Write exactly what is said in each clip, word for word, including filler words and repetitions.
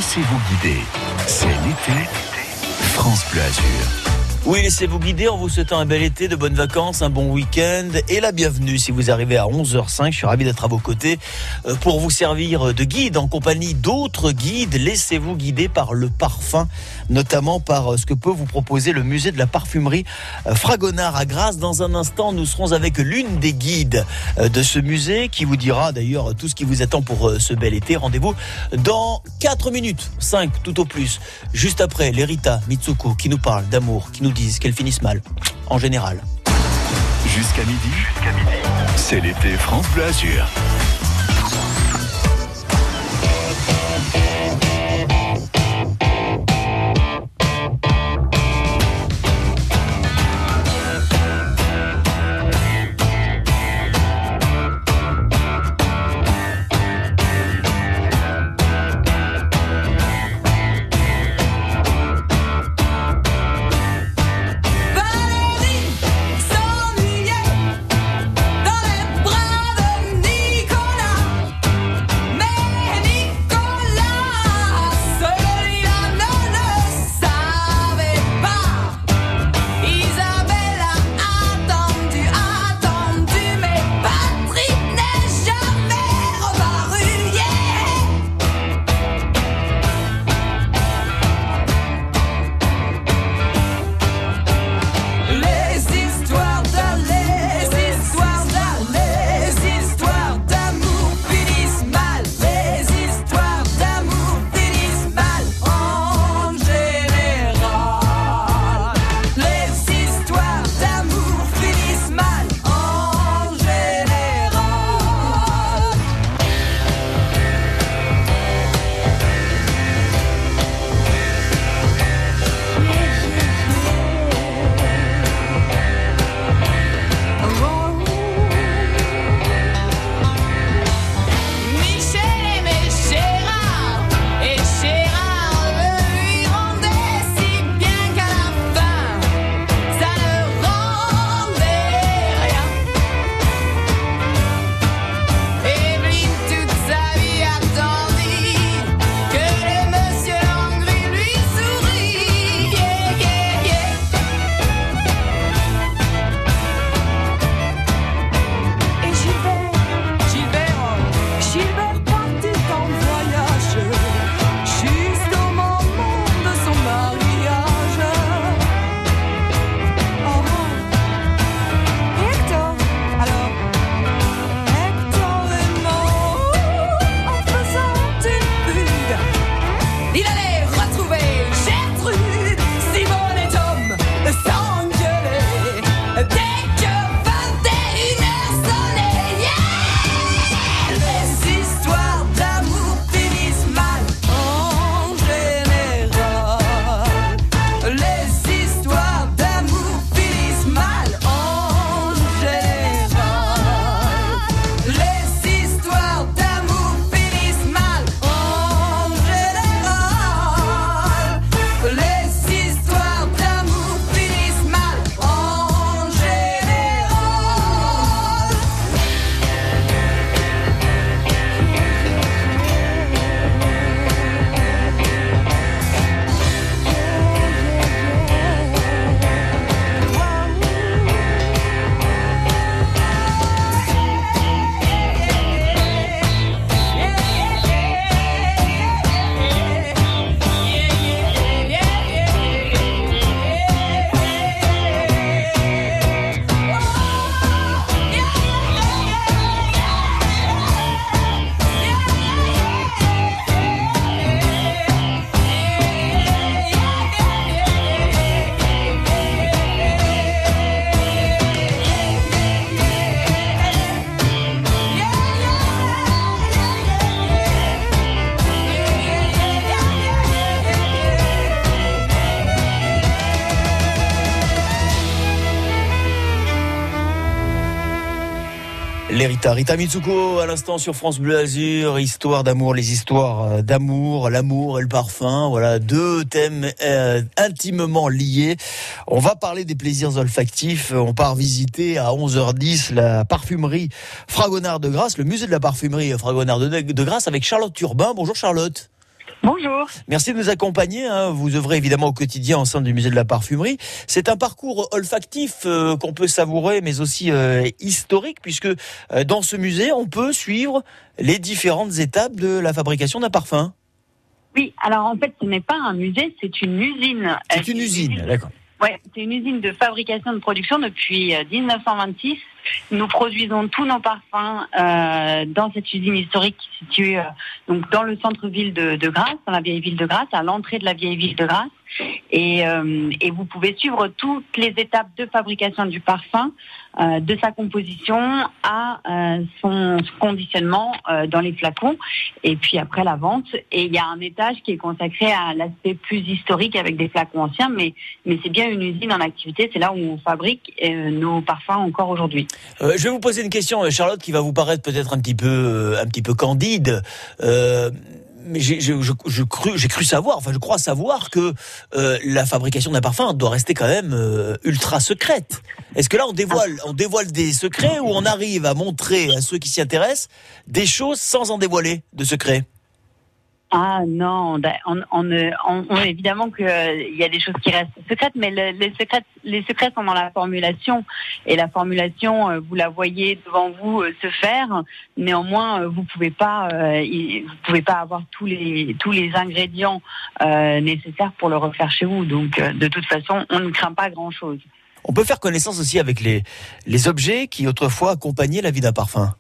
Laissez-vous guider. C'est l'été. France Bleu Azur. Oui, laissez-vous guider en vous souhaitant un bel été, de bonnes vacances, un bon week-end et la bienvenue si vous arrivez à onze heures cinq. Je suis ravi d'être à vos côtés pour vous servir de guide en compagnie d'autres guides. Laissez-vous guider par le parfum, notamment par ce que peut vous proposer le musée de la parfumerie Fragonard à Grasse. Dans un instant, nous serons avec l'une des guides de ce musée qui vous dira d'ailleurs tout ce qui vous attend pour ce bel été. Rendez-vous dans quatre minutes, cinq tout au plus. Juste après, les Rita Mitsuko qui nous parlent d'amour, qui nous disent qu'elles finissent mal, en général. Jusqu'à midi, Jusqu'à midi, c'est l'été France Bleu Azur. Les Rita, Rita Mitsuko à l'instant sur France Bleu Azur, histoire d'amour, les histoires d'amour, l'amour et le parfum, voilà deux thèmes euh, intimement liés. On va parler des plaisirs olfactifs, on part visiter à onze heures dix la parfumerie Fragonard de Grasse, le musée de la parfumerie Fragonard de, de Grasse avec Charlotte Urbain. Bonjour Charlotte. Bonjour. Merci de nous accompagner. Hein. Vous œuvrez évidemment au quotidien au sein du musée de la parfumerie. C'est un parcours olfactif euh, qu'on peut savourer, mais aussi euh, historique, puisque euh, dans ce musée, on peut suivre les différentes étapes de la fabrication d'un parfum. Oui, alors en fait, ce n'est pas un musée, c'est une usine. C'est une usine, usine d'accord. Oui, c'est une usine de fabrication de production depuis dix-neuf cent vingt-six. Nous produisons tous nos parfums euh, dans cette usine historique située euh, donc dans le centre-ville de, de Grasse, dans la vieille ville de Grasse, à l'entrée de la vieille ville de Grasse. Et, euh, et vous pouvez suivre toutes les étapes de fabrication du parfum, euh, de sa composition à euh, son conditionnement euh, dans les flacons, et puis après la vente. Et il y a un étage qui est consacré à l'aspect plus historique avec des flacons anciens, mais, mais c'est bien une usine en activité, c'est là où on fabrique euh, nos parfums encore aujourd'hui. Euh, je vais vous poser une question, Charlotte, qui va vous paraître peut-être un petit peu, euh, un petit peu candide. Euh, mais j'ai, je, je, je cru, j'ai cru savoir, enfin je crois savoir que euh, la fabrication d'un parfum doit rester quand même euh, ultra secrète. Est-ce que là on dévoile, on dévoile des secrets ou on arrive à montrer à ceux qui s'y intéressent des choses sans en dévoiler de secrets ? Ah non, on, on, on, on évidemment qu'il euh, y a des choses qui restent secrètes, mais le, les, secrets, les secrets sont dans la formulation. Et la formulation, euh, vous la voyez devant vous euh, se faire. Néanmoins, euh, vous pouvez pas, euh, y, vous pouvez pas avoir tous les tous les ingrédients euh, nécessaires pour le refaire chez vous. Donc, euh, de toute façon, on ne craint pas grand-chose. On peut faire connaissance aussi avec les les objets qui autrefois accompagnaient la vie d'un parfum.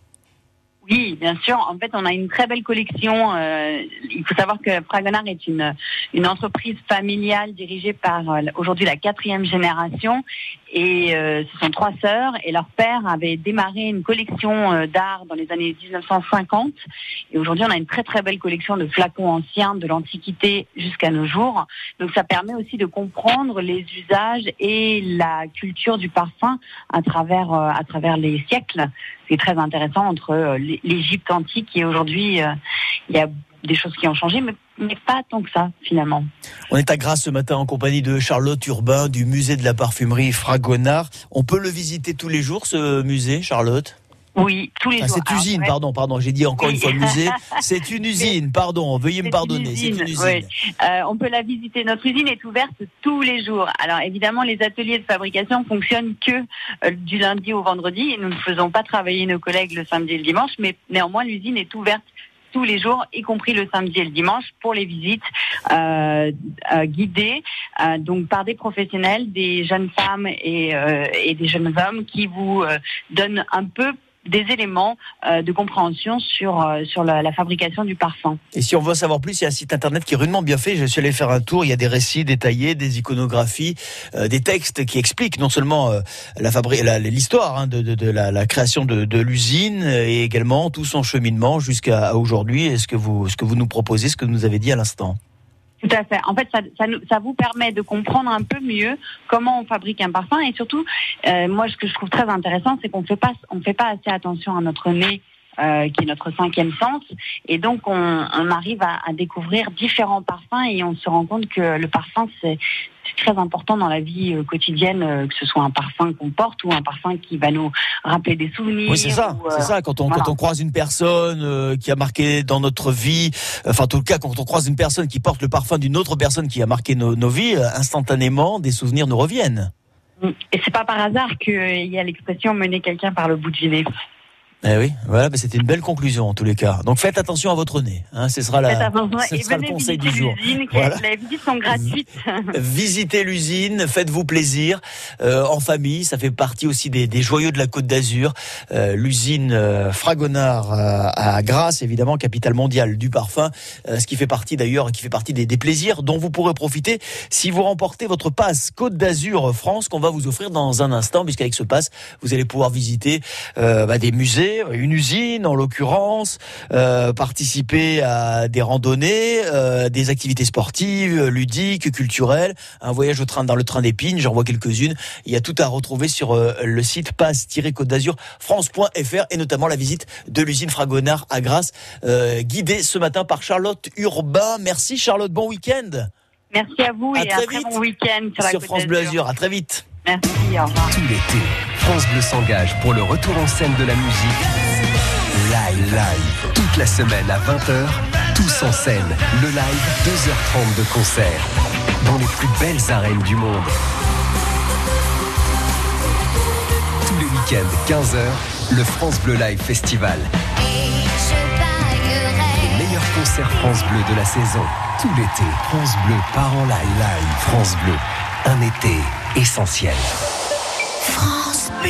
Oui, bien sûr. En fait, on a une très belle collection. Euh, il faut savoir que Fragonard est une une entreprise familiale dirigée par euh, aujourd'hui la quatrième génération. Et euh, ce sont trois sœurs. Et leur père avait démarré une collection euh, d'art dans les années dix-neuf cent cinquante. Et aujourd'hui, on a une très très belle collection de flacons anciens de l'Antiquité jusqu'à nos jours. Donc, ça permet aussi de comprendre les usages et la culture du parfum à travers euh, à travers les siècles. C'est très intéressant entre euh, l'Égypte antique et aujourd'hui, euh, il y a des choses qui ont changé, mais, mais pas tant que ça, finalement. On est à Grasse ce matin en compagnie de Charlotte Urbain du musée de la parfumerie Fragonard. On peut le visiter tous les jours, ce musée, Charlotte ? Oui, tous les ah, jours. Cette usine, ouais. pardon, pardon, j'ai dit encore oui. une fois musée. C'est une usine, pardon, veuillez c'est me pardonner. Une usine, c'est une usine. Ouais. Euh, on peut la visiter. Notre usine est ouverte tous les jours. Alors évidemment, les ateliers de fabrication fonctionnent que euh, du lundi au vendredi. Et nous ne faisons pas travailler nos collègues le samedi et le dimanche, mais néanmoins, l'usine est ouverte tous les jours, y compris le samedi et le dimanche, pour les visites euh, euh, guidées, euh, donc par des professionnels, des jeunes femmes et, euh, et des jeunes hommes qui vous euh, donnent un peu des éléments euh, de compréhension sur euh, sur la, la fabrication du parfum. Et si on veut savoir plus, il y a un site internet qui est rudement bien fait. Je suis allé faire un tour. Il y a des récits détaillés, des iconographies, euh, des textes qui expliquent non seulement euh, la fabri- la, l'histoire hein, de, de, de la, la création de, de l'usine et également tout son cheminement jusqu'à aujourd'hui. Et ce que vous ce que vous nous proposez, ce que vous nous avez dit à l'instant. Tout à fait. En fait, ça, ça, ça vous permet de comprendre un peu mieux comment on fabrique un parfum et surtout, euh, moi, ce que je trouve très intéressant, c'est qu'on fait pas, on fait pas assez attention à notre nez, euh, qui est notre cinquième sens, et donc on, on arrive à, à découvrir différents parfums et on se rend compte que le parfum, c'est, c'est très important dans la vie euh, quotidienne, euh, que ce soit un parfum qu'on porte ou un parfum qui va nous rappeler des souvenirs. Oui, c'est ça, ou, euh, c'est ça. Quand on voilà. quand on croise une personne euh, qui a marqué dans notre vie, enfin en tout cas quand on croise une personne qui porte le parfum d'une autre personne qui a marqué nos, nos vies, euh, instantanément des souvenirs nous reviennent. Et c'est pas par hasard qu'il y a l'expression mener quelqu'un par le bout du nez. Eh oui, voilà, mais c'était une belle conclusion en tous les cas. Donc faites attention à votre nez, hein, ce sera, la, ce sera le conseil du jour. Voilà. Les visites sont gratuites. Visitez l'usine, faites-vous plaisir euh, en famille. Ça fait partie aussi des, des joyaux de la Côte d'Azur. Euh, l'usine euh, Fragonard euh, à Grasse, évidemment, capitale mondiale du parfum. Euh, ce qui fait partie d'ailleurs, qui fait partie des, des plaisirs dont vous pourrez profiter si vous remportez votre passe Côte d'Azur France qu'on va vous offrir dans un instant, puisqu'avec ce passe, vous allez pouvoir visiter euh, bah, des musées. Une usine en l'occurrence, euh, participer à des randonnées, euh, des activités sportives, ludiques, culturelles, un voyage au train dans le train d'Épines, j'en vois quelques-unes. Il y a tout à retrouver sur euh, le site passe-côte d'azur france point f r et notamment la visite de l'usine Fragonard à Grasse, euh, guidée ce matin par Charlotte Urbain. Merci Charlotte, bon week-end. Merci à vous à et très un très vite bon week-end sur, la sur Côte France Bleu d'Azur. Azur. À très vite. Merci, au revoir. Tout l'été, France Bleu s'engage pour le retour en scène de la musique. Live, live, toute la semaine à vingt heures Tous en scène, le live, deux heures trente de concert, dans les plus belles arènes du monde. Tous les week-ends, quinze heures, le France Bleu Live Festival. Les meilleurs concerts France Bleu de la saison. Tout l'été, France Bleu part en live. Live France Bleu, un été essentiel. France Bleu.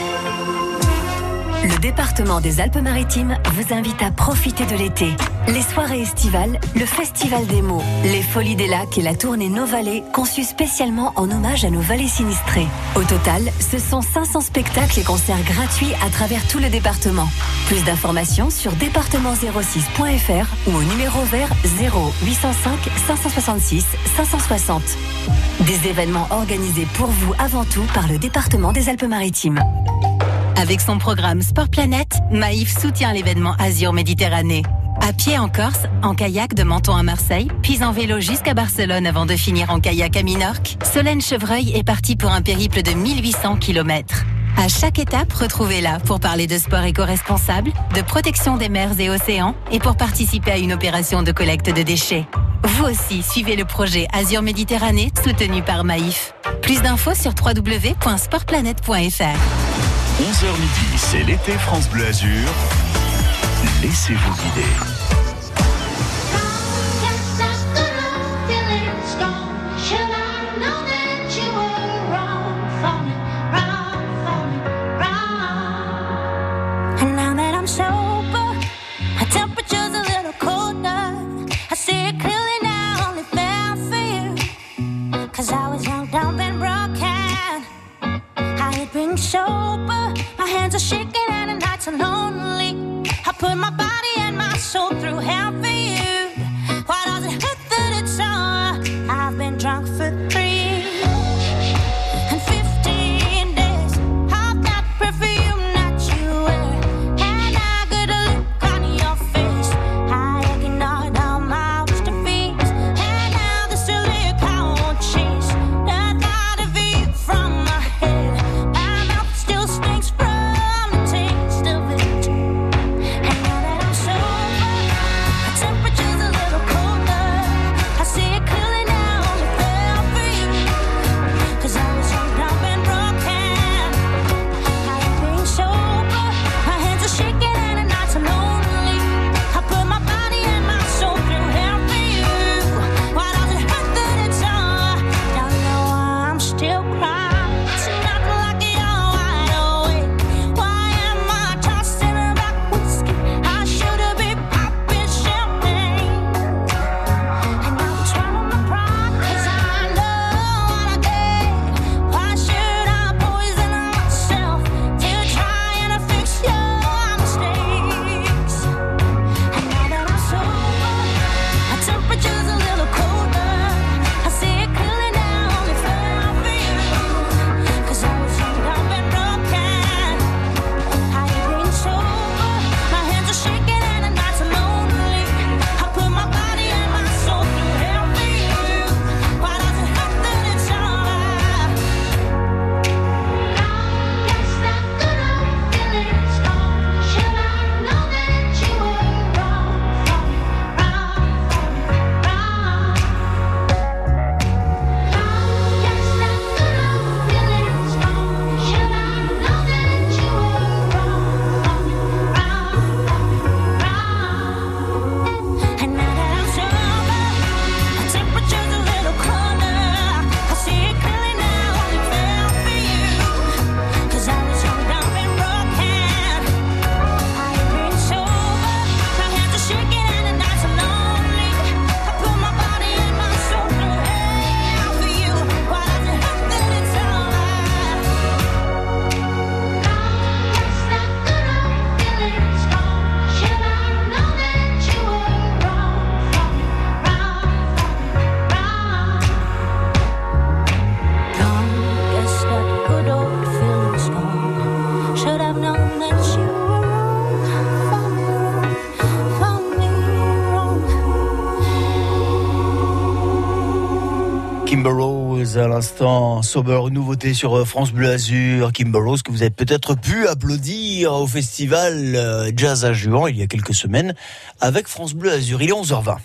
Le département des Alpes-Maritimes vous invite à profiter de l'été. Les soirées estivales, le Festival des mots, les Folies des Lacs et la tournée Nos Vallées, conçus spécialement en hommage à nos vallées sinistrées. Au total, ce sont cinq cents spectacles et concerts gratuits à travers tout le département. Plus d'informations sur département zéro six point f r ou au numéro vert zéro huit cent cinq cinq cent soixante-six cinq cent soixante. Des événements organisés pour vous avant tout par le département des Alpes-Maritimes. Avec son programme Sport Planète, Maïf soutient l'événement Azur Méditerranée. À pied en Corse, en kayak de Menton à Marseille, puis en vélo jusqu'à Barcelone avant de finir en kayak à Minorque, Solène Chevreuil est partie pour un périple de mille huit cents kilomètres. À chaque étape, retrouvez-la pour parler de sport éco-responsable, de protection des mers et océans et pour participer à une opération de collecte de déchets. Vous aussi, suivez le projet Azur Méditerranée soutenu par Maïf. Plus d'infos sur w w w point sport planète point f r. onze heures midi, c'est l'été France Bleu Azur. Laissez-vous guider. Sober, my hands are shaking and the nights are lonely. I put my body and my soul through hell for you. Why does it hurt that it's all? I've been drunk for three and fifteen days. I've got perfume that you wear, and I got a look on your face. I ignored all my worst defeats, and now there's still a I won't chase. The thought of you from my head. Still stinks from the taste of it. And now that I'm sober, my temperature's a little colder. I see it clearly now, only fell for you. Cause I was young, dumb and broken. I ain't being sober, my hands are shaking and the nights are lonely. I put my body and my soul through hell for you. Why does it hurt that it's all? Don't know why I'm still crying. It's not like you're Burrows à l'instant. Sober, une nouveauté sur France Bleu Azur. Kim Burrows que vous avez peut-être pu applaudir au festival Jazz à Juan il y a quelques semaines avec France Bleu Azur. Il est onze heures vingt.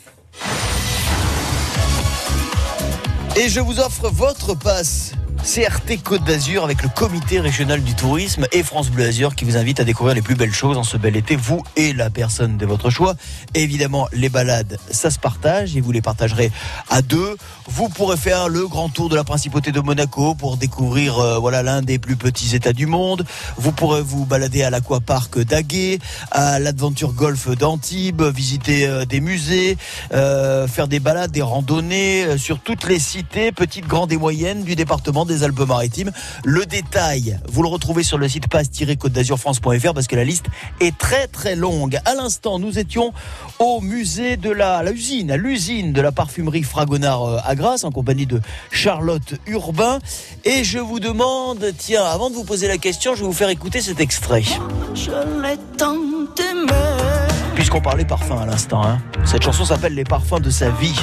Et je vous offre votre passe C R T Côte d'Azur avec le comité régional du tourisme et France Bleu Azur qui vous invite à découvrir les plus belles choses en ce bel été, vous et la personne de votre choix. Et évidemment, les balades, ça se partage et vous les partagerez à deux. Vous pourrez faire le grand tour de la principauté de Monaco pour découvrir euh, voilà l'un des plus petits états du monde. Vous pourrez vous balader à l'aquapark d'Aguet, à l'Adventure Golf d'Antibes, visiter euh, des musées, euh, faire des balades, des randonnées euh, sur toutes les cités, petites, grandes et moyennes du département des Alpes-Maritimes. Le détail, vous le retrouvez sur le site passe tiret côte d'azur france point f r parce que la liste est très très longue. À l'instant, nous étions au musée de la, la usine, à l'usine de la parfumerie Fragonard à Grasse en compagnie de Charlotte Urbain. Et je vous demande, tiens, avant de vous poser la question, je vais vous faire écouter cet extrait. Je l'ai tant aimé. Puisqu'on parlait parfum à l'instant, hein. Cette chanson s'appelle Les parfums de sa vie.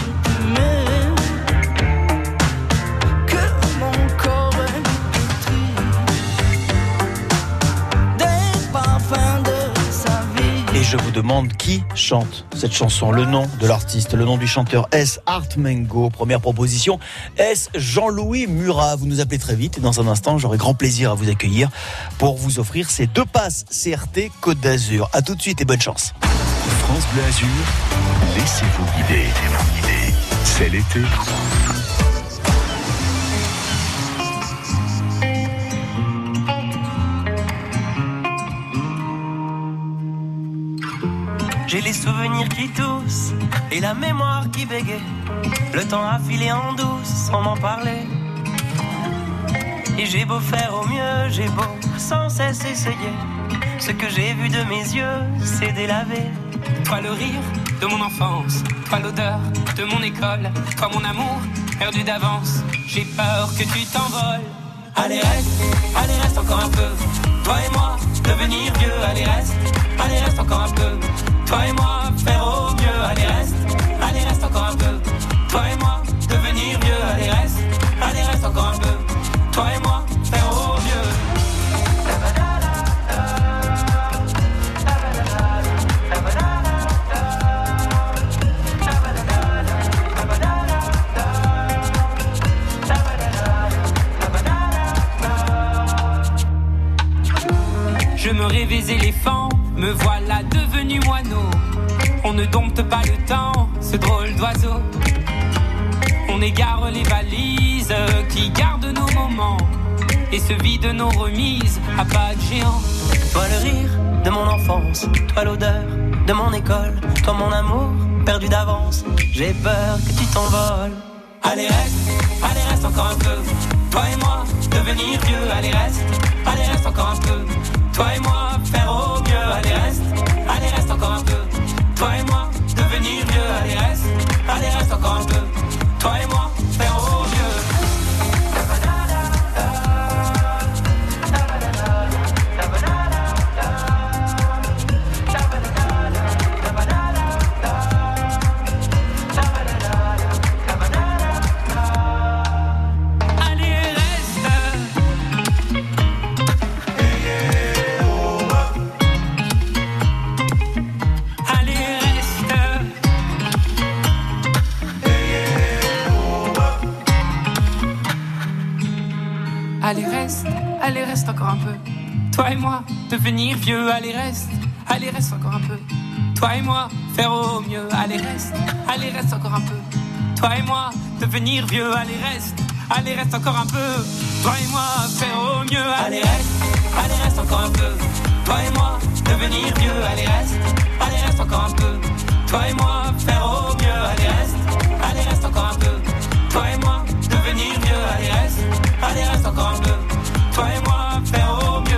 Et je vous demande qui chante cette chanson, le nom de l'artiste, le nom du chanteur. Est-ce Art Mengo? Première proposition. Est-ce Jean-Louis Murat? Vous nous appelez très vite et dans un instant, j'aurai grand plaisir à vous accueillir pour vous offrir ces deux passes C R T Côte d'Azur. À tout de suite et bonne chance. France Bleu Azur, laissez-vous guider. C'est l'été. J'ai les souvenirs qui toussent et la mémoire qui bégaye. Le temps a filé en douce sans m'en parler. Et j'ai beau faire au mieux, j'ai beau sans cesse essayer. Ce que j'ai vu de mes yeux, c'est délavé. Toi le rire de mon enfance, toi l'odeur de mon école, toi mon amour perdu d'avance. J'ai peur que tu t'envoles. Allez reste, allez reste encore un peu. Toi et moi, devenir vieux. Allez reste, allez reste encore un peu. Toi et moi, faire au mieux. Allez reste, allez reste encore un peu. Toi et moi, devenir vieux. Allez reste, allez reste encore un peu. Toi et moi, faire au mieux. Je me rêvais éléphant, me voilà devenu moineau. On ne dompte pas le temps, ce drôle d'oiseau. On égare les valises qui gardent nos moments et se vident nos remises à pas de géant. Toi le rire de mon enfance, toi l'odeur de mon école, toi mon amour perdu d'avance. J'ai peur que tu t'envoles. Allez reste, allez reste encore un peu. Toi et moi, devenir vieux. Allez reste, allez reste encore un peu. Toi et moi, faire au mieux. Allez reste, allez reste encore un peu. Toi et moi, devenir vieux. Allez reste, allez reste encore un peu. Toi et moi, faire au mieux. Allez reste, allez reste encore un peu. Toi et moi, devenir vieux. Allez reste, allez reste encore un peu. Toi et moi, faire au mieux. Allez reste, allez reste encore un peu. Toi et moi, devenir vieux. Allez reste, allez reste encore un peu. Toi et moi, faire au mieux. Allez reste, allez reste encore un peu. Toi et moi, devenir vieux. Allez reste, allez reste encore un peu. Toi et moi, faire au mieux. Allez reste, allez reste encore un peu. Toi et moi, devenir vieux. Allez reste, allez reste encore un peu. Toi et moi, faire au mieux.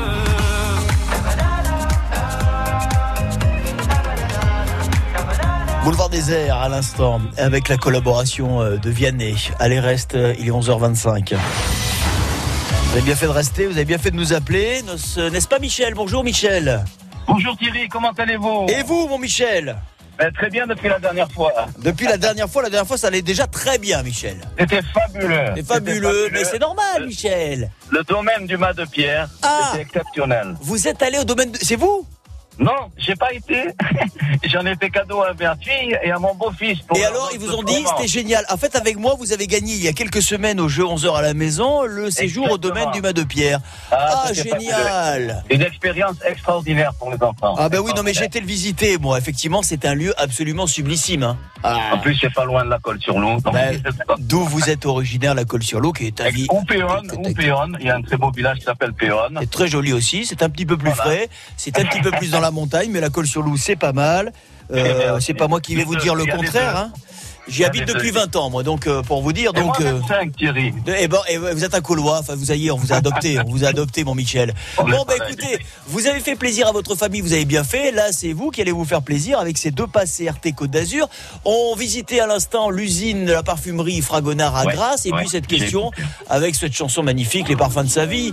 Boulevard des Airs à l'instant avec la collaboration de Vianney. Allez reste, il est onze heures vingt-cinq. Vous avez bien fait de rester, vous avez bien fait de nous appeler, n'est-ce pas Michel? Bonjour Michel. Bonjour Thierry, comment allez-vous? Et vous mon Michel? Ben, très bien depuis la dernière fois. Depuis la dernière fois, la dernière fois, ça allait déjà très bien, Michel. C'était fabuleux. C'est fabuleux, fabuleux, mais c'est normal, le, Michel. Le domaine du Mas de Pierre, ah, c'était exceptionnel. Vous êtes allé au domaine de... C'est vous ? Non, j'ai pas été. J'en ai fait cadeau à ma fille et à mon beau-fils. Et alors, ils vous ont dit, c'était génial. En fait, avec moi, vous avez gagné il y a quelques semaines au jeu onze heures à la maison, le séjour Exactement. Au domaine du Mas de Pierre. Ah, ah génial. Une expérience extraordinaire pour les enfants. Ah ben oui, non mais j'ai été le visiter, moi. Effectivement, c'est un lieu absolument sublissime. Hein. Ah. En plus, c'est pas loin de la Colle-sur-Loup. Ben, d'où vous êtes originaire, la Colle-sur-Loup, qui est à vie. Ou Péonne, ou Péonne. Il y a un très beau village qui s'appelle Péonne. C'est très joli aussi. C'est un petit peu plus voilà. frais. C'est un petit peu plus dans la montagne, mais la Colle-sur-Loup, c'est pas mal. Euh, c'est pas moi qui vais vous dire le contraire. Hein. J'y habite depuis vingt ans, moi, donc euh, pour vous dire. Et donc, moi, vingt-cinq, Thierry. Et bon, et vous êtes un Caulois. Enfin, vous ayez, on vous a adopté, on vous a adopté, mon Michel. On bon, bah écoutez, vous avez fait plaisir à votre famille, vous avez bien fait. Là, c'est vous qui allez vous faire plaisir avec ces deux passes C R T Côte d'Azur. On visitait à l'instant l'usine de la parfumerie Fragonard à ouais, Grasse, et ouais, puis cette question avec cette chanson magnifique, Les parfums de sa vie.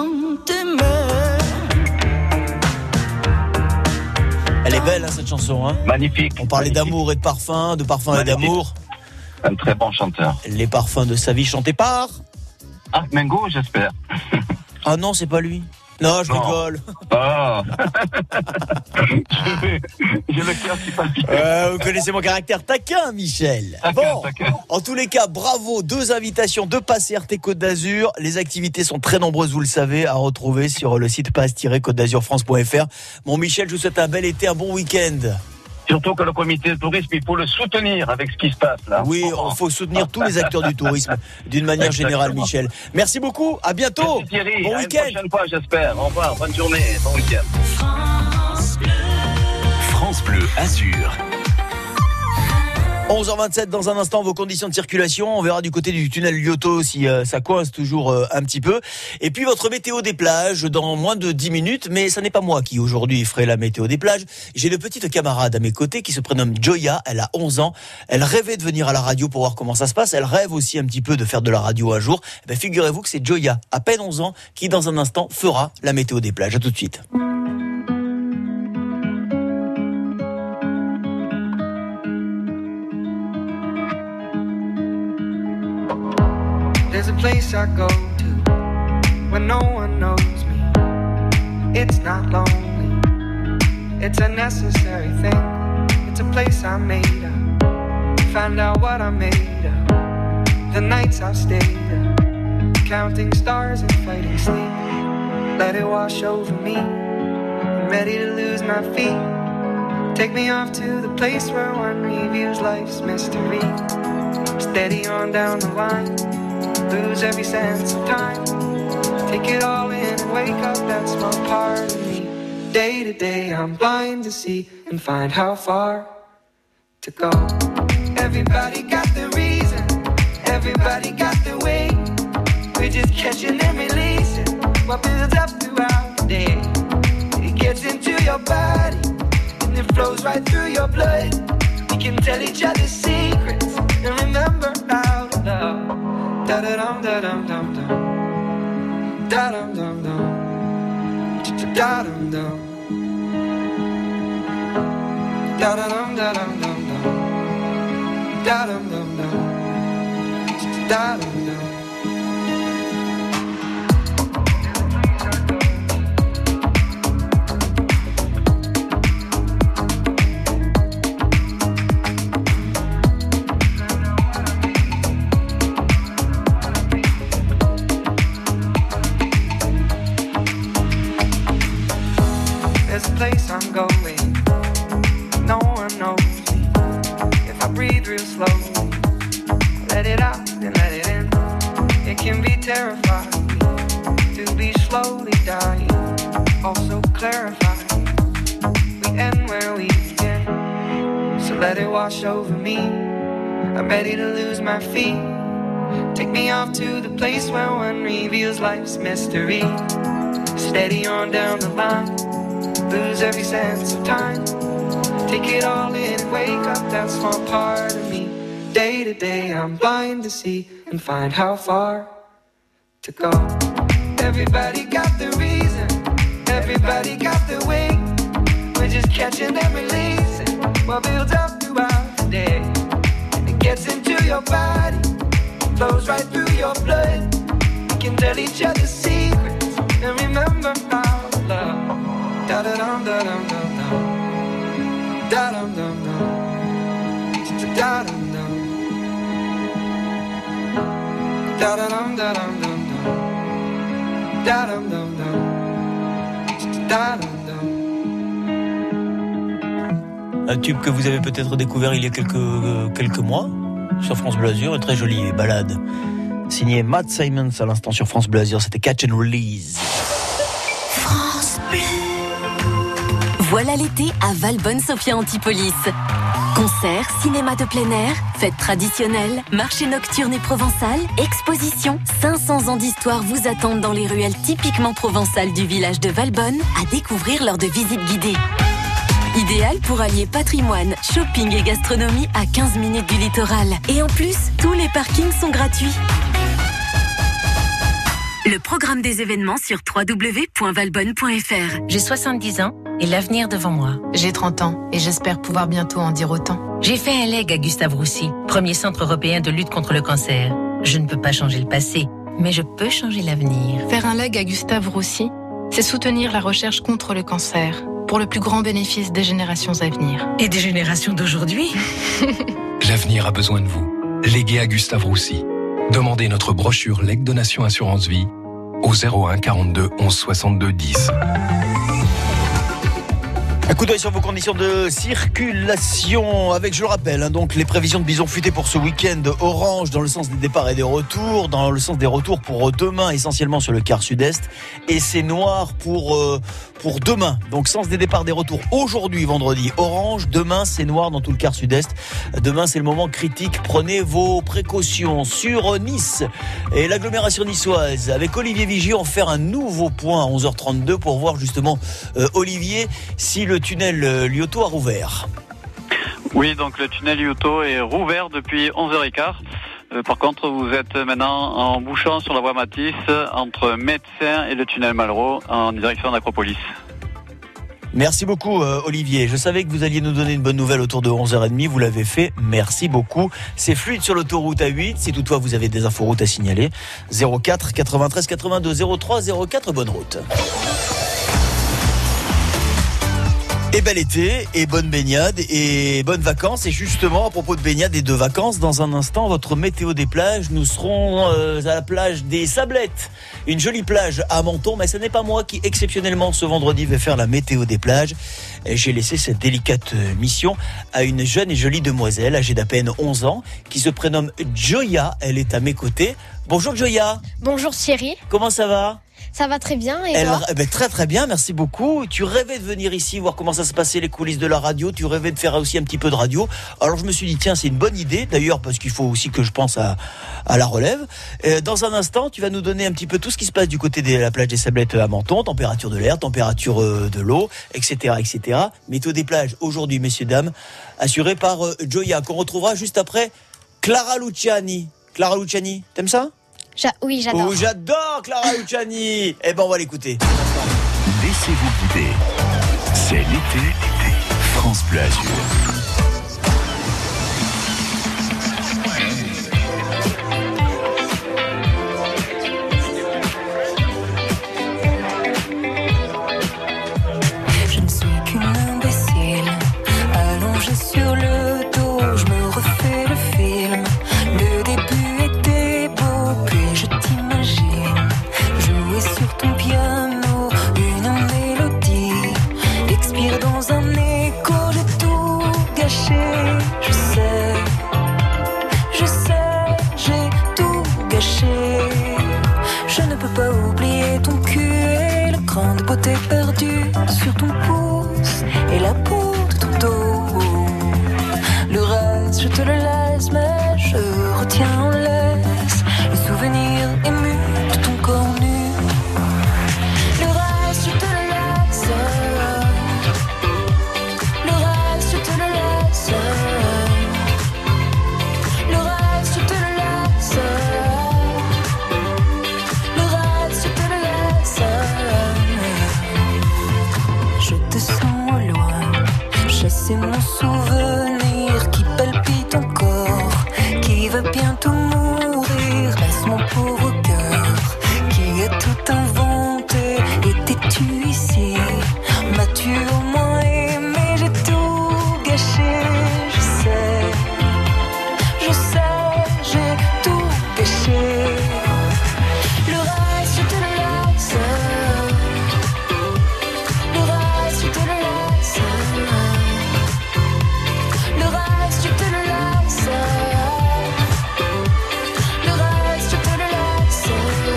Elle est belle, hein, cette chanson. Hein. Magnifique. On parlait magnifique. D'amour et de parfum, de parfum magnifique. Et d'amour. Un très bon chanteur. Les parfums de sa vie chantés par Ah, Mengo, j'espère. Ah non, c'est pas lui. Non, je non. rigole. Oh. J'ai le cœur qui palpite. Euh, vous connaissez mon caractère taquin, Michel. Taquin, bon, taquin. En tous les cas, bravo. Deux invitations, deux passes R T Côte d'Azur. Les activités sont très nombreuses, vous le savez, à retrouver sur le site passe tiret côte d'azur france point f r. Mon Michel, je vous souhaite un bel été, un bon week-end. Surtout que le comité de tourisme, il faut le soutenir avec ce qui se passe là. Oui, il faut soutenir tous les acteurs du tourisme d'une manière générale, Michel. Merci beaucoup, à bientôt. Merci Thierry, bon à week-end. Une prochaine fois, j'espère. Au revoir, bonne journée, bon week-end. France Bleu, France Bleu Azur. onze heures vingt-sept, dans un instant, vos conditions de circulation. On verra du côté du tunnel Lyoto si euh, ça coince toujours euh, un petit peu. Et puis votre météo des plages dans moins de dix minutes. Mais ça n'est pas moi qui aujourd'hui ferai la météo des plages. J'ai une petite camarade à mes côtés qui se prénomme Joya. Elle a onze ans. Elle rêvait de venir à la radio pour voir comment ça se passe. Elle rêve aussi un petit peu de faire de la radio un jour. Eh bien, figurez-vous que c'est Joya, à peine onze ans, qui dans un instant fera la météo des plages. À tout de suite. There's a place I go to when no one knows me. It's not lonely, it's a necessary thing. It's a place I made up, find out what I made of. The nights I've stayed up, counting stars and fighting sleep. Let it wash over me, I'm ready to lose my feet. Take me off to the place where one reviews life's mystery. Steady on down the line, lose every sense of time. Take it all in and wake up that small part of me. Day to day I'm blind to see and find how far to go. Everybody got the reason, everybody got the way. We're just catching and releasing what builds up throughout the day. It gets into your body and it flows right through your blood. We can tell each other secrets and remember how to love. Da da dum da dum dum dum, da dum dum dum, da dum dum, da da dum da dum dum dum, da dum dum dum, da dum dum. Place I'm going, no one knows me. If I breathe real slowly, let it out and let it in. It can be terrifying to be slowly dying, also clarifying. We end where we begin, so let it wash over me. I'm ready to lose my feet. Take me off to the place where one reveals life's mystery. Steady on down the line, lose every sense of time. Take it all in and wake up that small part of me. Day to day I'm blind to see and find how far to go. Everybody got the reason, everybody got the way. We're just catching and releasing what builds up throughout the day. And it gets into your body, flows right through your blood. We can tell each other secrets and remember our love. Da da dum da dum dum dum. Da dum dum dum. Da dum dum. Da da dum da dum dum dum. Da dum dum dum. Da dum dum. Un tube que vous avez peut-être découvert il y a quelques, euh, quelques mois sur France Bleu Azur, une très jolie balade signée Matt Simons à l'instant sur France Bleu Azur, c'était Catch and Release. France Bleu. Voilà l'été à Valbonne-Sophia Antipolis. Concerts, cinéma de plein air, fêtes traditionnelles, marché nocturne et provençal, expositions, cinq cents ans d'histoire vous attendent dans les ruelles typiquement provençales du village de Valbonne à découvrir lors de visites guidées. Idéal pour allier patrimoine, shopping et gastronomie à quinze minutes du littoral. Et en plus, tous les parkings sont gratuits. Le programme des événements sur w w w point valbonne point f r. J'ai soixante-dix ans et l'avenir devant moi. J'ai trente ans et j'espère pouvoir bientôt en dire autant. J'ai fait un leg à Gustave Roussy, premier centre européen de lutte contre le cancer. Je ne peux pas changer le passé, mais je peux changer l'avenir. Faire un leg à Gustave Roussy, c'est soutenir la recherche contre le cancer, pour le plus grand bénéfice des générations à venir. Et des générations d'aujourd'hui. L'avenir a besoin de vous. Léguez à Gustave Roussy. Demandez notre brochure Leg Donation Assurance Vie au zéro un quarante-deux onze soixante-deux dix. Un coup d'œil sur vos conditions de circulation avec, je le rappelle, hein, donc les prévisions de bison futé pour ce week-end. Orange dans le sens des départs et des retours, dans le sens des retours pour demain essentiellement sur le quart sud-est, et c'est noir pour euh, pour demain. Donc sens des départs, des retours aujourd'hui vendredi orange, demain c'est noir dans tout le quart sud-est. Demain c'est le moment critique, prenez vos précautions. Sur Nice et l'agglomération niçoise, avec Olivier Vigier, on va faire un nouveau point à onze heures trente-deux pour voir justement euh, Olivier si le tunnel Lyoto a rouvert. Oui, donc le tunnel Lyoto est rouvert depuis onze heures quinze. Euh, par contre, vous êtes maintenant en bouchon sur la voie Matisse entre Médecin et le tunnel Malraux en direction d'Acropolis. Merci beaucoup euh, Olivier. Je savais que vous alliez nous donner une bonne nouvelle autour de onze heures trente. Vous l'avez fait. Merci beaucoup. C'est fluide sur l'autoroute A huit. Si toutefois vous avez des inforoutes à signaler, zéro quatre quatre-vingt-treize quatre-vingt-deux zéro trois zéro quatre, bonne route. Et bel été, et bonne baignade, et bonnes vacances. Et justement, à propos de baignade et de vacances, dans un instant, votre météo des plages, nous serons euh, à la plage des Sablettes. Une jolie plage à Menton, mais ce n'est pas moi qui, exceptionnellement, ce vendredi, vais faire la météo des plages. J'ai laissé cette délicate mission à une jeune et jolie demoiselle, âgée d'à peine onze ans, qui se prénomme Joya. Elle est à mes côtés. Bonjour Joya. Bonjour Thierry. Comment ça va ? Ça va très bien, et Elle, toi ? eh ben, très très bien, merci beaucoup. Tu rêvais de venir ici, voir comment ça se passait, les coulisses de la radio. Tu rêvais de faire aussi un petit peu de radio. Alors je me suis dit, tiens, c'est une bonne idée. D'ailleurs, parce qu'il faut aussi que je pense à, à la relève. Euh, dans un instant, tu vas nous donner un petit peu tout ce qui se passe du côté de la plage des Sablettes à Menton. Température de l'air, température euh, de l'eau, et cetera, et cetera. Météo des plages, aujourd'hui, messieurs, dames, assurée par euh, Joya, qu'on retrouvera juste après Clara Luciani. Clara Luciani, t'aimes ça ? J'a- oui, j'adore. Oh, j'adore Clara Luciani. Eh ben, on va l'écouter. Laissez-vous guider. C'est l'été, France Bleu Azur. Je ne suis qu'une imbécile, allongée sur le dos, je me refais le film. Le début était beau, puis je t'imagine jouer sur ton piano une mélodie, expire dans un écho, j'ai tout gâché. Je sais, je sais, j'ai tout gâché. Je ne peux pas oublier ton cul et le cran de beauté perdu sur ton pouce et la peau de ton dos. Le reste, je te le laisse, mais je retiens en laisse le souvenir ému de ton corps nu. Le reste, je te le laisse. Le reste, je te le laisse. Le reste, je te le laisse. Le reste, je te le laisse. Je te sens au loin, chasser mon souvenir. bientôt mourir. Laisse mon pauvre cœur qui a tout inventé. Étais-tu ici? M'as-tu au moins aimé? J'ai tout gâché, je sais, je sais, j'ai tout gâché. Le reste, je te le laisse. Le reste, je te le laisse. Le reste, je te le laisse. Le reste, je te le laisse.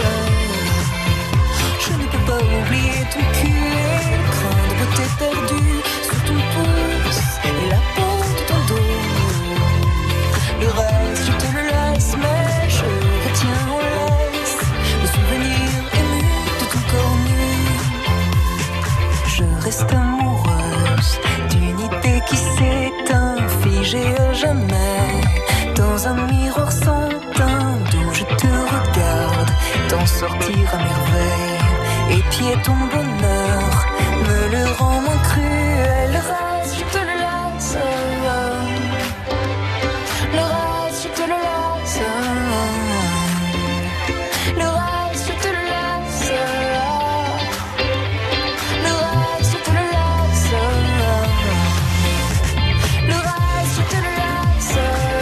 Je ne peux pas oublier ton cul et le crin de beauté perdue sur ton pouce et la peau de ton dos. Le reste, je te le laisse, mais je retiens en laisse le souvenir ému de ton corps nu. Je reste amoureuse d'une idée qui s'éteint, figée à jamais dans un miroir sans teint d'où je te regarde t'en sortir à merveille. Et puis ton bonheur me le rend moins cruel. Le reste, je te le laisse. Le reste, je te le laisse. Le reste, je te le laisse. Le reste, je te le laisse. Le reste, je te le laisse.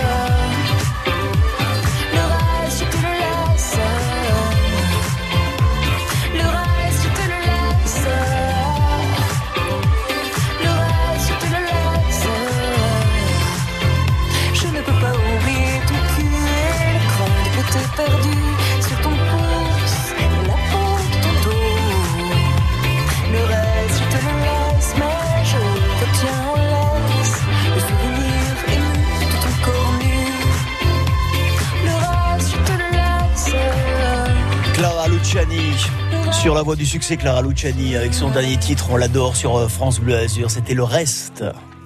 Le reste, je te le laisse. Le reste, je te le laisse. Le reste, je te le laisse. Je ne peux pas oublier ton cul et le cran de beauté perdu sur ton pouce et la peau de ton dos. Le reste, je te le laisse, mais je retiens en laisse le souvenir ému de ton corps nu. Le reste, je te le laisse. Clara Luciani, sur la voie du succès, Clara Luciani, avec son dernier titre, on l'adore sur France Bleu Azur, c'était Le Reste.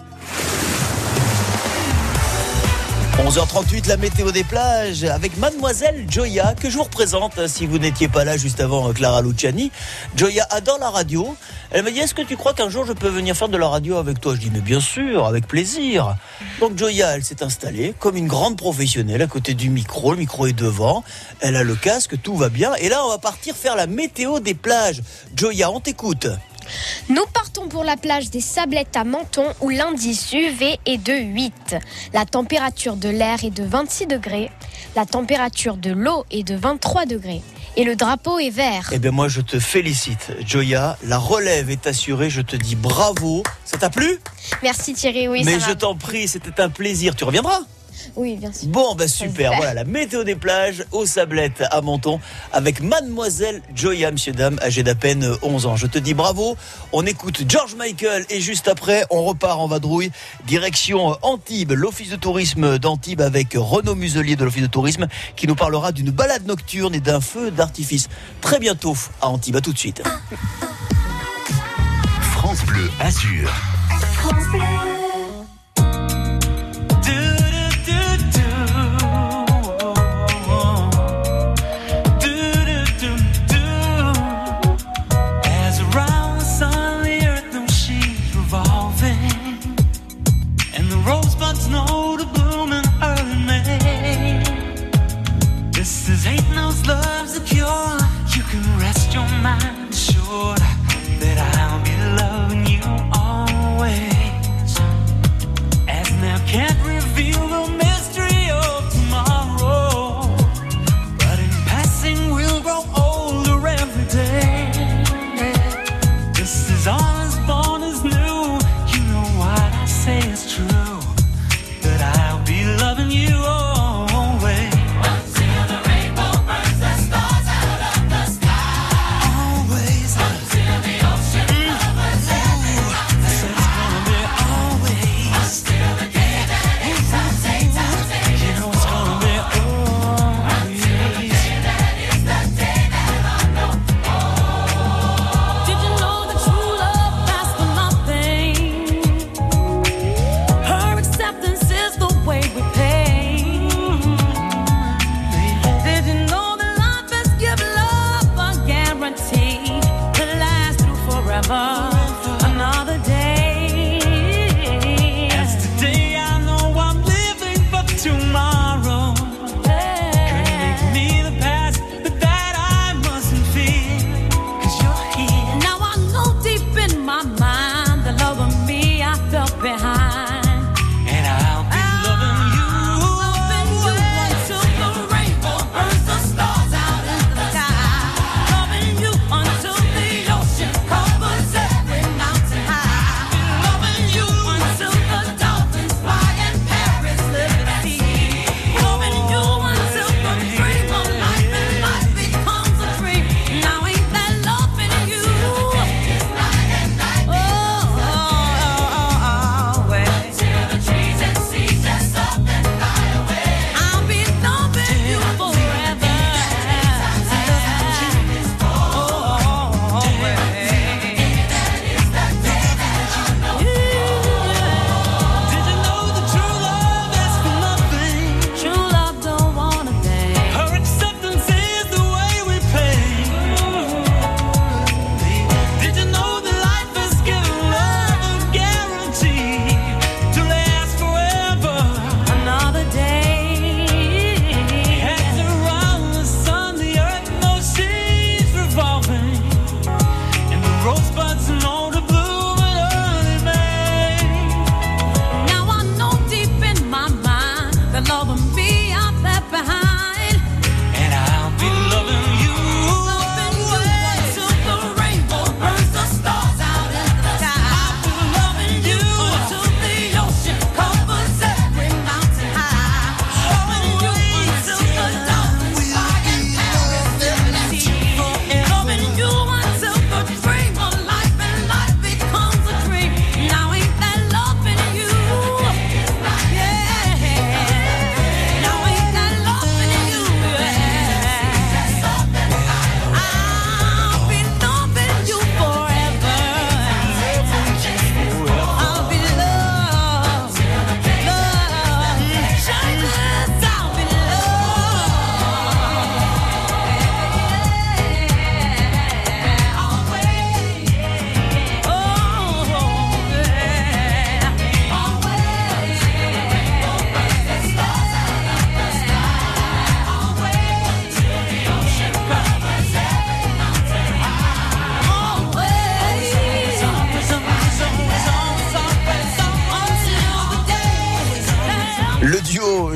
onze heures trente-huit, la météo des plages avec Mademoiselle Joya, que je vous représente si vous n'étiez pas là juste avant Clara Luciani. Joya adore la radio. Elle m'a dit, est-ce que tu crois qu'un jour je peux venir faire de la radio avec toi? Je dis, mais bien sûr, avec plaisir. Donc Joya, elle s'est installée comme une grande professionnelle à côté du micro. Le micro est devant. Elle a le casque, tout va bien. Et là, on va partir faire la météo des plages. Joya, on t'écoute. Nous partons pour la plage des Sablettes à Menton où l'indice U V est de huit. La température de l'air est de vingt-six degrés. La température de l'eau est de vingt-trois degrés. Et le drapeau est vert. Eh bien moi je te félicite Joya, la relève est assurée, je te dis bravo. Ça t'a plu? Merci Thierry, oui. Mais ça je va. t'en prie, c'était un plaisir. Tu reviendras? Oui, bien sûr. Bon, ben super, voilà la météo des plages aux Sablettes à Menton avec Mademoiselle Joya, messieurs, dames, âgée d'à peine onze ans. Je te dis bravo, on écoute George Michael et juste après, on repart en vadrouille, direction Antibes, l'office de tourisme d'Antibes avec Renaud Muselier de l'office de tourisme qui nous parlera d'une balade nocturne et d'un feu d'artifice. Très bientôt à Antibes, à tout de suite. France Bleu Azur. France Bleu. That I'll be loving you always.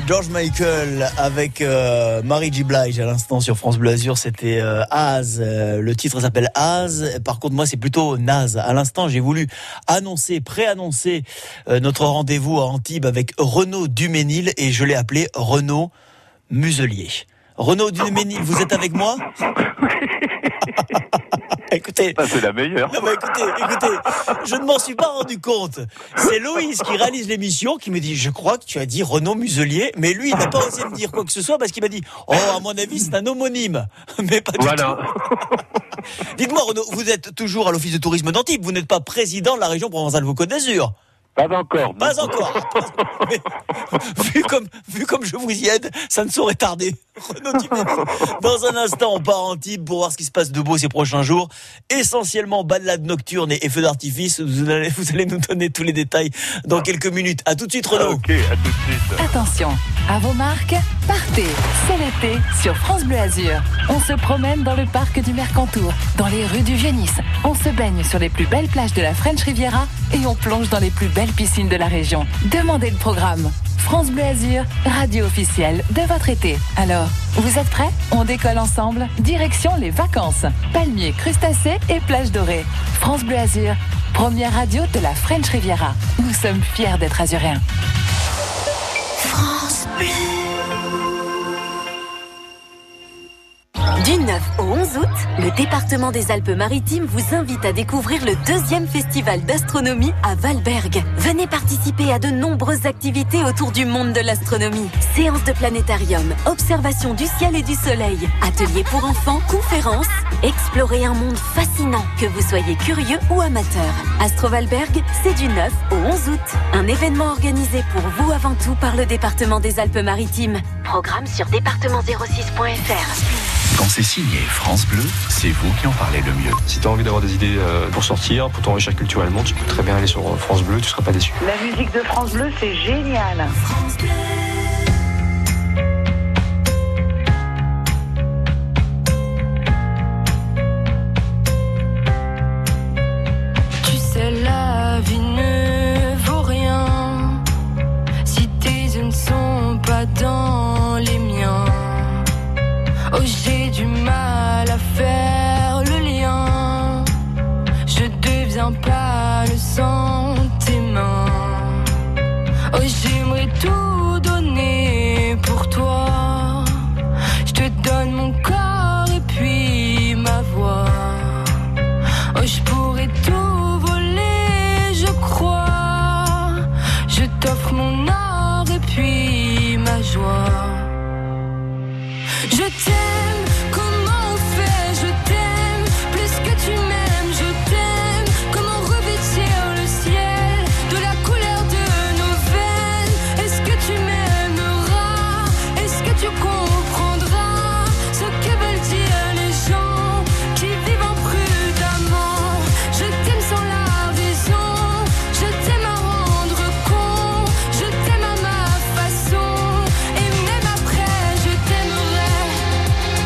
George Michael avec euh, Mary J. Blige à l'instant sur France Bleu Azur, c'était euh, Az. Euh, le titre s'appelle Az. Par contre, moi, c'est plutôt Naz. À l'instant, j'ai voulu annoncer, préannoncer euh, notre rendez-vous à Antibes avec Renaud Duménil et je l'ai appelé Renaud Muselier. Renaud Duménil, vous êtes avec moi? Écoutez, ça, c'est la meilleure. Non, bah, écoutez, écoutez, je ne m'en suis pas rendu compte. C'est Loïs qui réalise l'émission qui me dit, je crois que tu as dit Renaud Muselier, mais lui, il n'a pas osé me dire quoi que ce soit parce qu'il m'a dit, oh, à mon avis, c'est un homonyme. Mais pas du voilà. tout. Dites-moi, Renaud, vous êtes toujours à l'Office de tourisme d'Antibes, vous n'êtes pas président de la région Provence-Alpes-Côte d'Azur. Pas encore. Pas non. encore. Mais, vu comme, vu comme je vous y aide, ça ne saurait tarder. Renaud Duménil. Dans un instant, on part en Antibes pour voir ce qui se passe de beau ces prochains jours. Essentiellement balade nocturne et, et feux d'artifice. Vous allez, vous allez nous donner tous les détails dans quelques minutes. À tout de suite, Renaud. Ok, à tout de suite. Attention, à vos marques, partez. C'est l'été sur France Bleu Azur. On se promène dans le parc du Mercantour, dans les rues du Vieux-Nice. On se baigne sur les plus belles plages de la French Riviera et on plonge dans les plus belles piscine de la région. Demandez le programme. France Bleu Azur, radio officielle de votre été. Alors, vous êtes prêts? On décolle ensemble. Direction les vacances. Palmiers, crustacés et plages dorées. France Bleu Azur, première radio de la French Riviera. Nous sommes fiers d'être azuréens. France Bleu. Du neuf au onze août, le département des Alpes-Maritimes vous invite à découvrir le deuxième festival d'astronomie à Valberg. Venez participer à de nombreuses activités autour du monde de l'astronomie. Séances de planétarium, observation du ciel et du soleil, ateliers pour enfants, conférences. Explorez un monde fascinant, que vous soyez curieux ou amateur. Astro Valberg, c'est du neuf au onze août. Un événement organisé pour vous avant tout par le département des Alpes-Maritimes. Programme sur département zéro six point f r. Quand c'est signé France Bleu, c'est vous qui en parlez le mieux. Si tu as envie d'avoir des idées pour sortir, pour t'enrichir culturellement, tu peux très bien aller sur France Bleu, tu seras pas déçu. La musique de France Bleu, c'est génial. France Bleu. Tu sais, la vie ne vaut rien si tes yeux ne sont pas dans les miens. Oh, j'ai du mal à faire le lien. Je deviens pas le sentiment. Oh, j'aimerais tout donner pour toi. Je te donne mon corps et puis ma voix. Oh, je pourrais tout voler, je crois. Je t'offre mon or et puis ma joie. Je t'aime, comment on fait, je t'aime, plus que tu m'aimes, je t'aime, comment revêtir le ciel de la couleur de nos veines. Est-ce que tu m'aimeras, est-ce que tu comprendras ce que veulent dire les gens qui vivent imprudemment. Je t'aime sans la raison, je t'aime à rendre compte, je t'aime à ma façon, et même après je t'aimerai.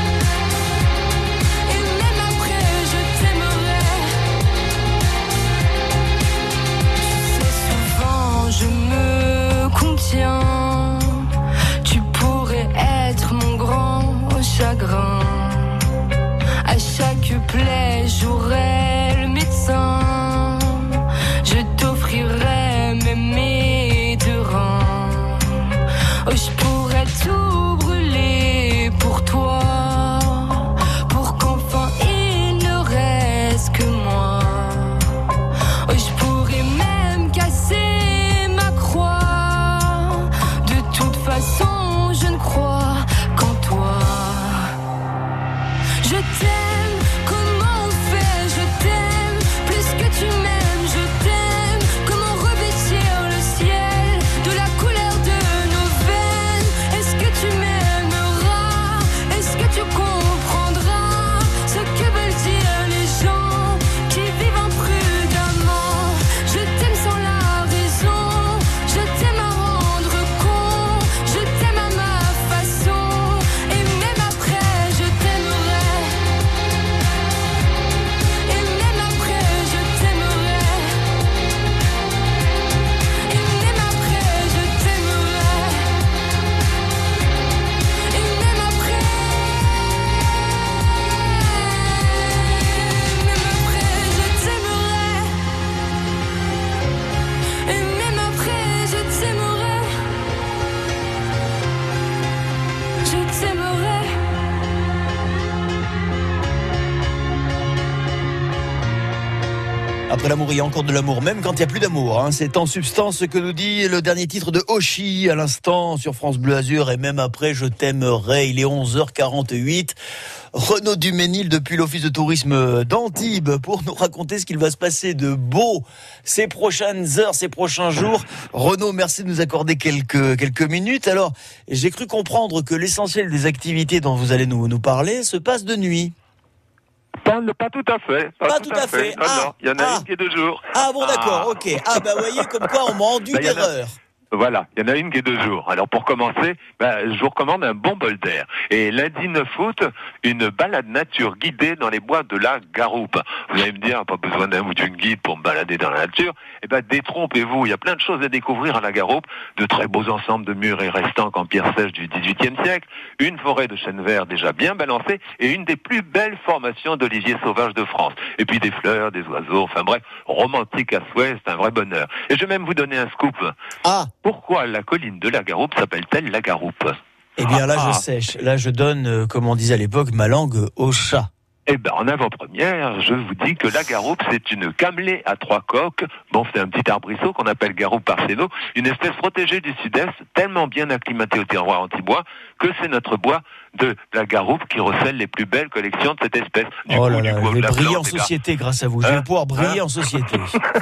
Après l'amour, il y a encore de l'amour, même quand il n'y a plus d'amour. Hein. C'est en substance ce que nous dit le dernier titre de Oshi à l'instant sur France Bleu Azur. Et même après, je t'aimerai. Il est onze heures quarante-huit. Renaud Duménil depuis l'Office de tourisme d'Antibes pour nous raconter ce qu'il va se passer de beau ces prochaines heures, ces prochains jours. Renaud, merci de nous accorder quelques, quelques minutes. Alors, j'ai cru comprendre que l'essentiel des activités dont vous allez nous, nous parler se passe de nuit. Pas, pas tout à fait. Pas, pas tout, tout à fait. fait. Ah, ah, non, il y en a ah. une qui est de jour. Ah bon, d'accord, ah. ok. Ah bah, vous voyez, comme quoi on m'a enduit bah, d'erreur. Voilà, il y en a une qui est de jour. Alors pour commencer, bah, je vous recommande un bon bol d'air. Et lundi neuf août, une balade nature guidée dans les bois de la Garoupe. Vous allez me dire, pas besoin d'un ou d'une guide pour me balader dans la nature. Eh ben détrompez-vous, il y a plein de choses à découvrir à la Garoupe. De très beaux ensembles de murs et restants en pierre sèche du dix-huitième siècle, une forêt de chênes verts déjà bien balancée et une des plus belles formations d'oliviers sauvages de France. Et puis des fleurs, des oiseaux, enfin bref, romantique à souhait, c'est un vrai bonheur. Et je vais même vous donner un scoop. Ah. Pourquoi la colline de la Garoupe s'appelle-t-elle la Garoupe ? Eh bien là, je sèche. Là, je donne, euh, comme on disait à l'époque, ma langue au chat. Eh ben, en avant-première, je vous dis que la Garoupe, c'est une camelée à trois coques. Bon, c'est un petit arbrisseau qu'on appelle Garoupe parceno, une espèce protégée du sud-est, tellement bien acclimatée au terroir anti-bois, que c'est notre bois de la Garoupe qui recèle les plus belles collections de cette espèce. Du oh coup, là du là, coup, je vais la briller plante, en société grâce à vous. Je vais hein pouvoir briller hein en société.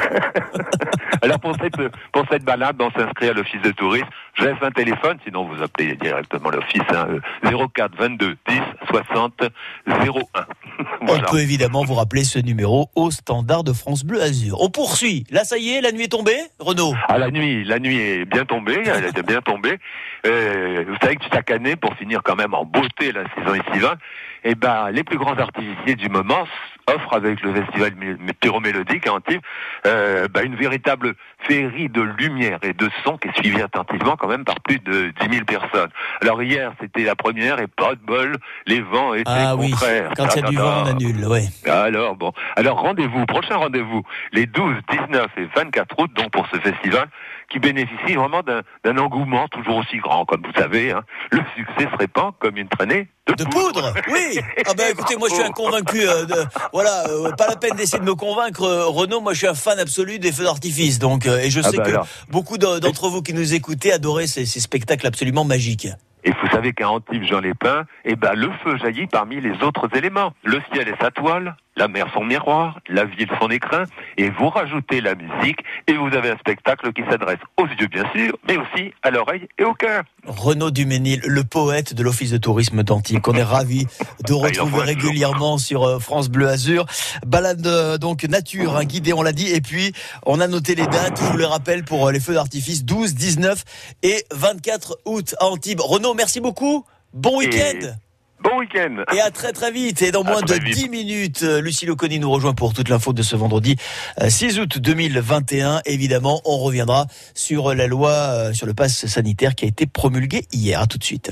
Alors pour cette, pour cette balade, on s'inscrit à l'office de tourisme. Je laisse un téléphone, sinon vous appelez directement l'office, hein, zéro quatre vingt-deux dix soixante zéro un. Voilà. On peut évidemment vous rappeler ce numéro au standard de France Bleu Azur. On poursuit. Là, ça y est, la nuit est tombée, Renaud ? Ah, la nuit, la nuit est bien tombée, elle était bien tombée. Euh, vous savez que chaque année, pour finir quand même en beauté la saison estivale, eh ben, les plus grands artificiers du moment offrent avec le festival Météoromélodique à Antibes euh, bah, une véritable féerie de lumière et de son qui est suivie attentivement quand même par plus de dix mille personnes. Alors hier, c'était la première et pas de bol, les vents étaient ah, contraires. Oui. Quand il y a du vent, on annule, ouais. Alors bon, alors rendez-vous, prochain rendez-vous, les douze, dix-neuf et vingt-quatre août, donc pour ce festival, qui bénéficie vraiment d'un, d'un engouement toujours aussi grand, comme vous savez. Hein. Le succès se répand comme une traînée de, de poudre. poudre. Oui. Ah ben écoutez, moi je suis un convaincu. Euh, de, voilà, euh, pas la peine d'essayer de me convaincre, euh, Renaud. Moi je suis un fan absolu des feux d'artifice. Donc euh, et je sais ah ben que alors. beaucoup de, d'entre vous qui nous écoutez adoraient ces, ces spectacles absolument magiques. Et vous savez qu'à Antibes, Jean Lépin, eh ben, le feu jaillit parmi les autres éléments. Le ciel est sa toile, la mer son miroir, la ville son écrin, et vous rajoutez la musique, et vous avez un spectacle qui s'adresse aux yeux, bien sûr, mais aussi à l'oreille et au cœur. Renaud Duménil, le poète de l'Office de tourisme d'Antibes, qu'on est ravi de retrouver régulièrement sur France Bleu Azur. Balade euh, donc nature, hein, guidée, on l'a dit, et puis on a noté les dates, je vous les rappelle, pour les feux d'artifice, douze, dix-neuf et vingt-quatre août à Antibes. Renaud, merci beaucoup, bon week-end. Et... Bon week-end. Et à très très vite. Et dans moins de vite. dix minutes, Lucie Loconi nous rejoint pour toute l'info de ce vendredi six août deux mille vingt et un. Évidemment, on reviendra sur la loi, sur le pass sanitaire qui a été promulgué hier. À tout de suite.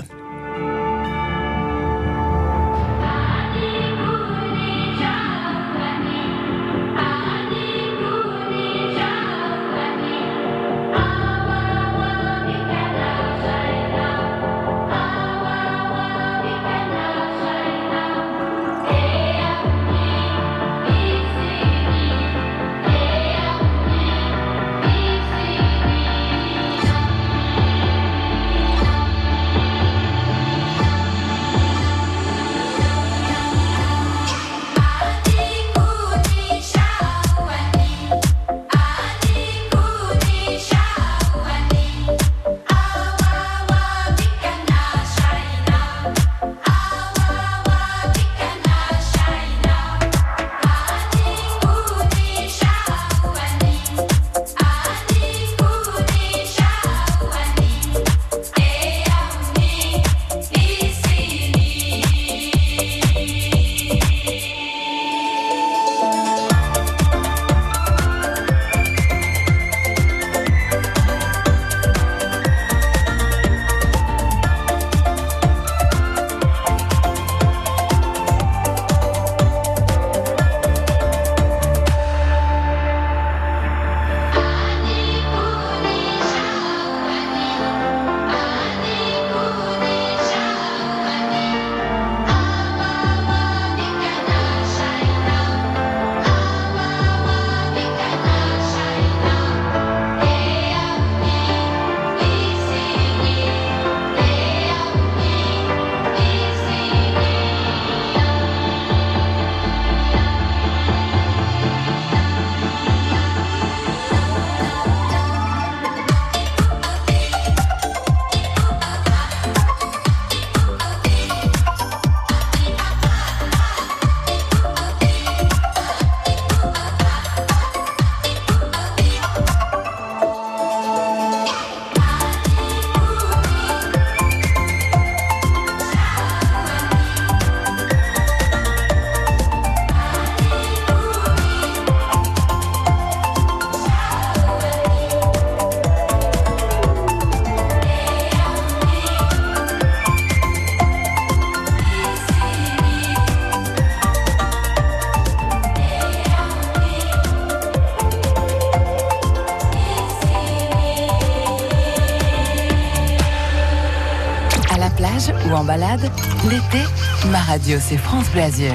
balade, l'été, ma radio c'est France Bleu Azur.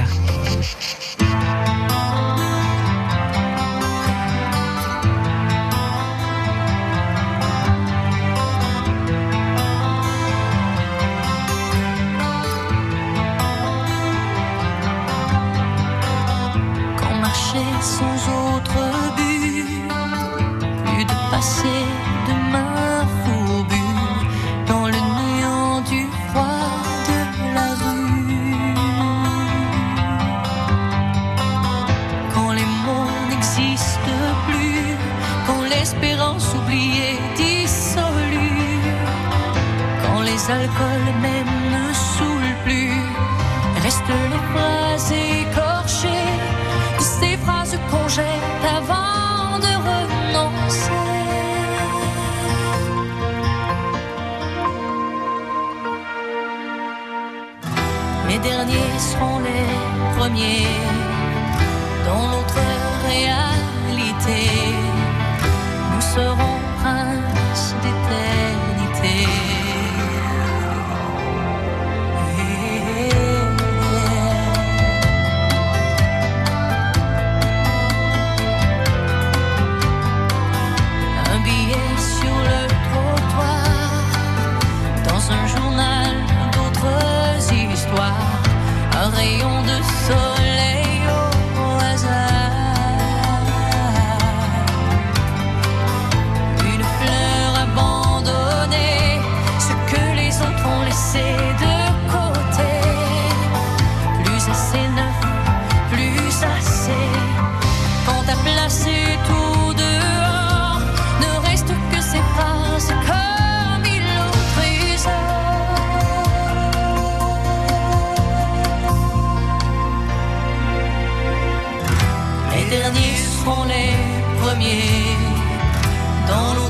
Quand marcher sans autre but, plus de passé, de main fourbue, dans le néant du froid de la rue. Quand les mots n'existent plus, quand l'espérance oubliée dissolue, quand les alcools même ne saoulent plus, restent les phrases écorchées, ces phrases qu'on jette avant de renoncer. Les derniers seront les premiers dans l'autre réalité. Nous serons princes d'éternité. Un billet sur le trottoir, dans un journal d'autres histoires, un rayon de soleil au hasard, une fleur abandonnée, ce que les autres ont laissé de côté, plus assez neuf, plus assez, quand t'as placé tout dehors, ne reste que ces phrases comme il au trésor. Les derniers seront les premiers dans